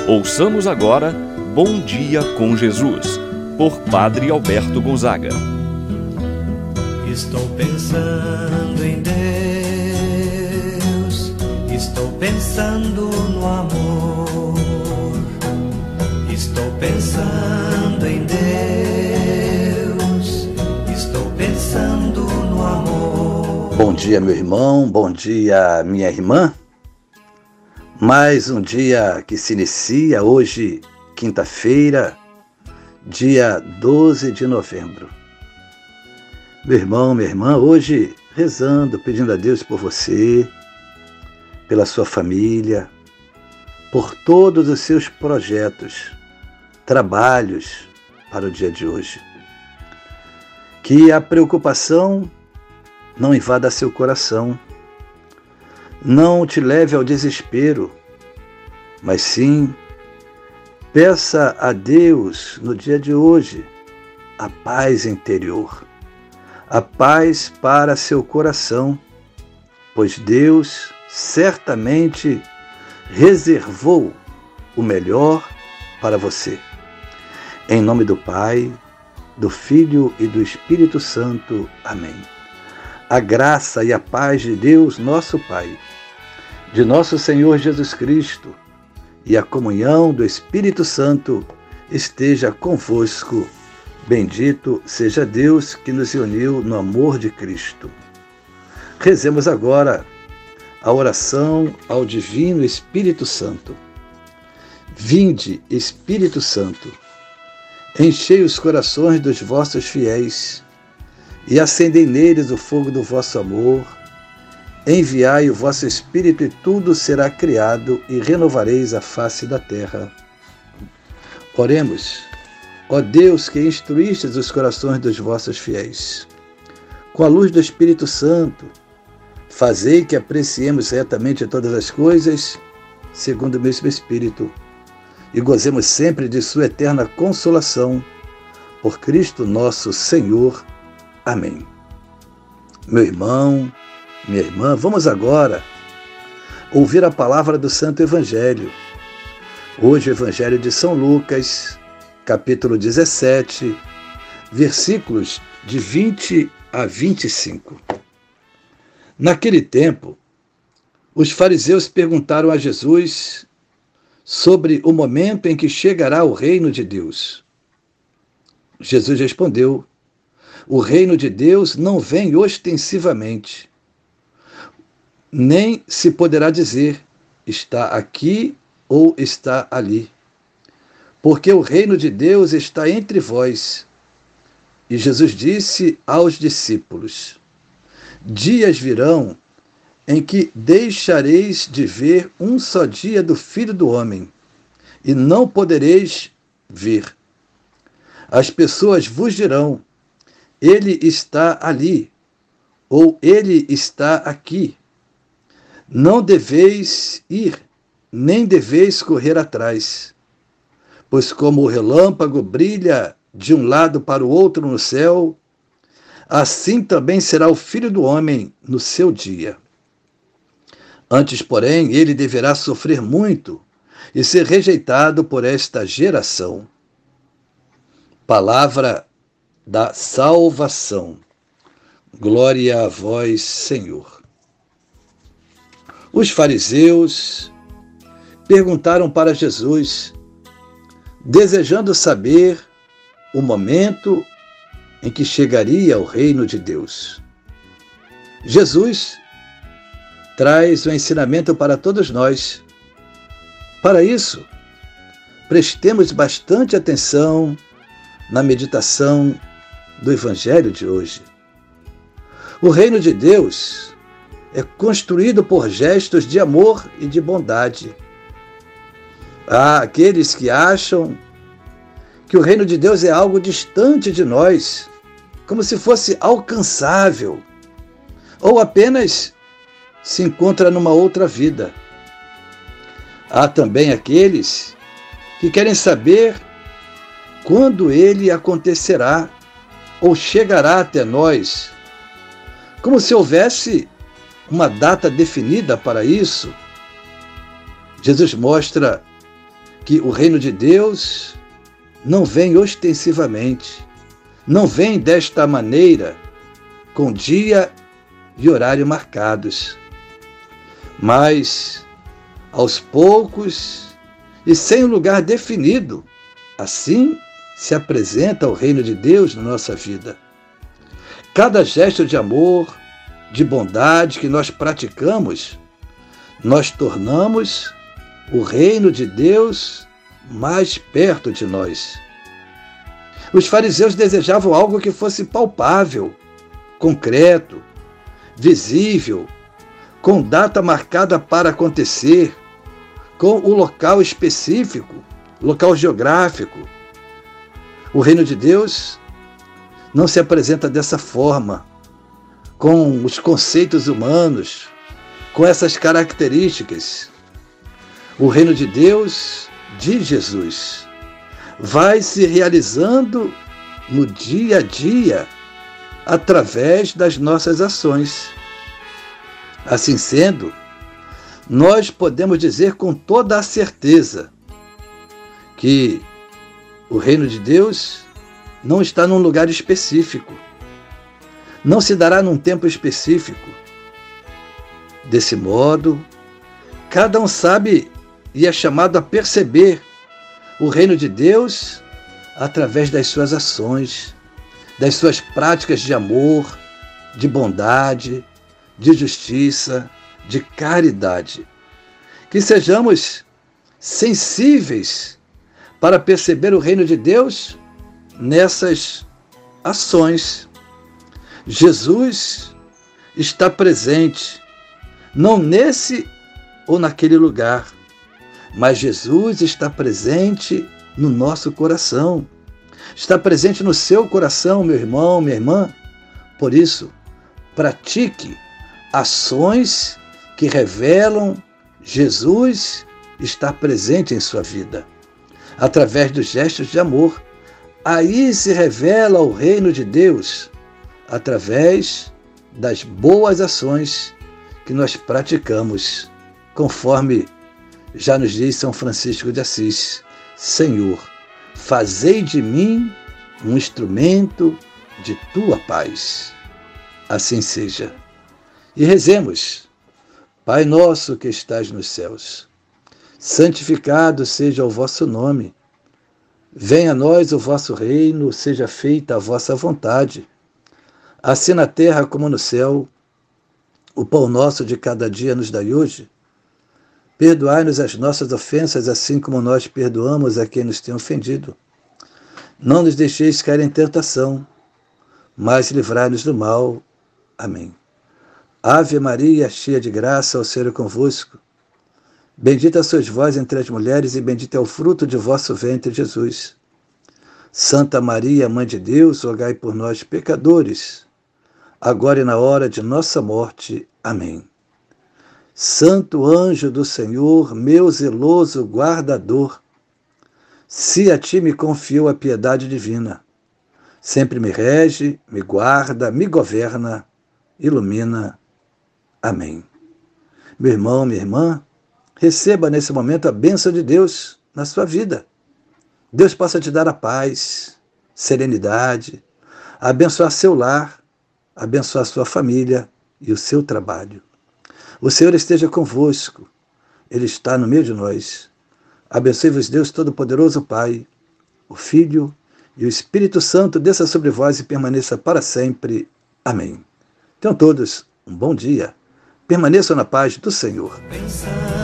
Ouçamos agora Bom Dia com Jesus, por Padre Alberto Gonzaga. Estou pensando em Deus, estou pensando no amor, estou pensando em Deus, estou pensando no amor. Bom dia, meu irmão, bom dia, minha irmã. Mais um dia que se inicia, hoje, quinta-feira, dia 12 de novembro. Meu irmão, minha irmã, hoje rezando, pedindo a Deus por você, pela sua família, por todos os seus projetos, trabalhos para o dia de hoje. Que a preocupação não invada seu coração, não te leve ao desespero, mas sim peça a Deus no dia de hoje a paz interior, a paz para seu coração, pois Deus certamente reservou o melhor para você. Em nome do Pai, do Filho e do Espírito Santo. Amém. A graça e a paz de Deus, nosso Pai, de nosso Senhor Jesus Cristo e a comunhão do Espírito Santo esteja convosco. Bendito seja Deus que nos uniu no amor de Cristo. Rezemos agora a oração ao Divino Espírito Santo. Vinde, Espírito Santo, enchei os corações dos vossos fiéis e acendei neles o fogo do vosso amor. Enviai o vosso Espírito e tudo será criado e renovareis a face da terra. Oremos. Ó Deus, que instruístes os corações dos vossos fiéis, com a luz do Espírito Santo, fazei que apreciemos retamente todas as coisas, segundo o mesmo Espírito, e gozemos sempre de sua eterna consolação, por Cristo nosso Senhor. Amém. Meu irmão, minha irmã, vamos agora ouvir a palavra do Santo Evangelho. Hoje o Evangelho de São Lucas, capítulo 17, versículos de 20 a 25. Naquele tempo, os fariseus perguntaram a Jesus sobre o momento em que chegará o reino de Deus. Jesus respondeu: o reino de Deus não vem ostensivamente, nem se poderá dizer, está aqui ou está ali. Porque o reino de Deus está entre vós. E Jesus disse aos discípulos: dias virão em que deixareis de ver um só dia do Filho do Homem, e não podereis ver. As pessoas vos dirão: ele está ali, ou ele está aqui. Não deveis ir, nem deveis correr atrás. Pois como o relâmpago brilha de um lado para o outro no céu, assim também será o Filho do Homem no seu dia. Antes, porém, ele deverá sofrer muito e ser rejeitado por esta geração. Palavra da salvação. Glória a vós, Senhor. Os fariseus perguntaram para Jesus, desejando saber o momento em que chegaria o reino de Deus. Jesus traz o ensinamento para todos nós. Para isso, prestemos bastante atenção na meditação do Evangelho de hoje. O reino de Deus é construído por gestos de amor e de bondade. Há aqueles que acham que o reino de Deus é algo distante de nós, como se fosse alcançável, ou apenas se encontra numa outra vida. Há também aqueles que querem saber quando ele acontecerá ou chegará até nós, como se houvesse uma data definida para isso. Jesus mostra que o reino de Deus não vem ostensivamente, não vem desta maneira, com dia e horário marcados, mas aos poucos e sem um lugar definido. Assim se apresenta o reino de Deus na nossa vida. Cada gesto de amor, de bondade que nós praticamos, nós tornamos o reino de Deus mais perto de nós. Os fariseus desejavam algo que fosse palpável, concreto, visível, com data marcada para acontecer, com o local específico, local geográfico. O reino de Deus não se apresenta dessa forma, com os conceitos humanos, com essas características. O reino de Deus, de Jesus, vai se realizando no dia a dia, através das nossas ações. Assim sendo, nós podemos dizer com toda a certeza que o reino de Deus não está num lugar específico, não se dará num tempo específico. Desse modo, cada um sabe e é chamado a perceber o reino de Deus através das suas ações, das suas práticas de amor, de bondade, de justiça, de caridade. Que sejamos sensíveis para perceber o reino de Deus nessas ações. Jesus está presente, não nesse ou naquele lugar, mas Jesus está presente no nosso coração. Está presente no seu coração, meu irmão, minha irmã. Por isso, pratique ações que revelam Jesus está presente em sua vida. Através dos gestos de amor, aí se revela o reino de Deus, através das boas ações que nós praticamos, conforme já nos diz São Francisco de Assis: Senhor, fazei de mim um instrumento de tua paz. Assim seja. E rezemos: Pai nosso que estás nos céus, santificado seja o vosso nome. Venha a nós o vosso reino, seja feita a vossa vontade, assim na terra como no céu. O pão nosso de cada dia nos dai hoje. Perdoai-nos as nossas ofensas, assim como nós perdoamos a quem nos tem ofendido. Não nos deixeis cair em tentação, mas livrai-nos do mal. Amém. Ave Maria, cheia de graça, o Senhor é convosco. Bendita sois vós entre as mulheres, e bendito é o fruto de vosso ventre, Jesus. Santa Maria, Mãe de Deus, rogai por nós, pecadores, agora e na hora de nossa morte. Amém. Santo anjo do Senhor, meu zeloso guardador, se a ti me confiou a piedade divina, sempre me rege, me guarda, me governa, ilumina. Amém. Meu irmão, minha irmã, receba nesse momento a bênção de Deus na sua vida. Deus possa te dar a paz, serenidade, abençoar seu lar, abençoar sua família e o seu trabalho. O Senhor esteja convosco, Ele está no meio de nós. Abençoe-vos Deus Todo-Poderoso, Pai, o Filho e o Espírito Santo, desça sobre vós e permaneça para sempre. Amém. Tenham todos um bom dia. Permaneçam na paz do Senhor.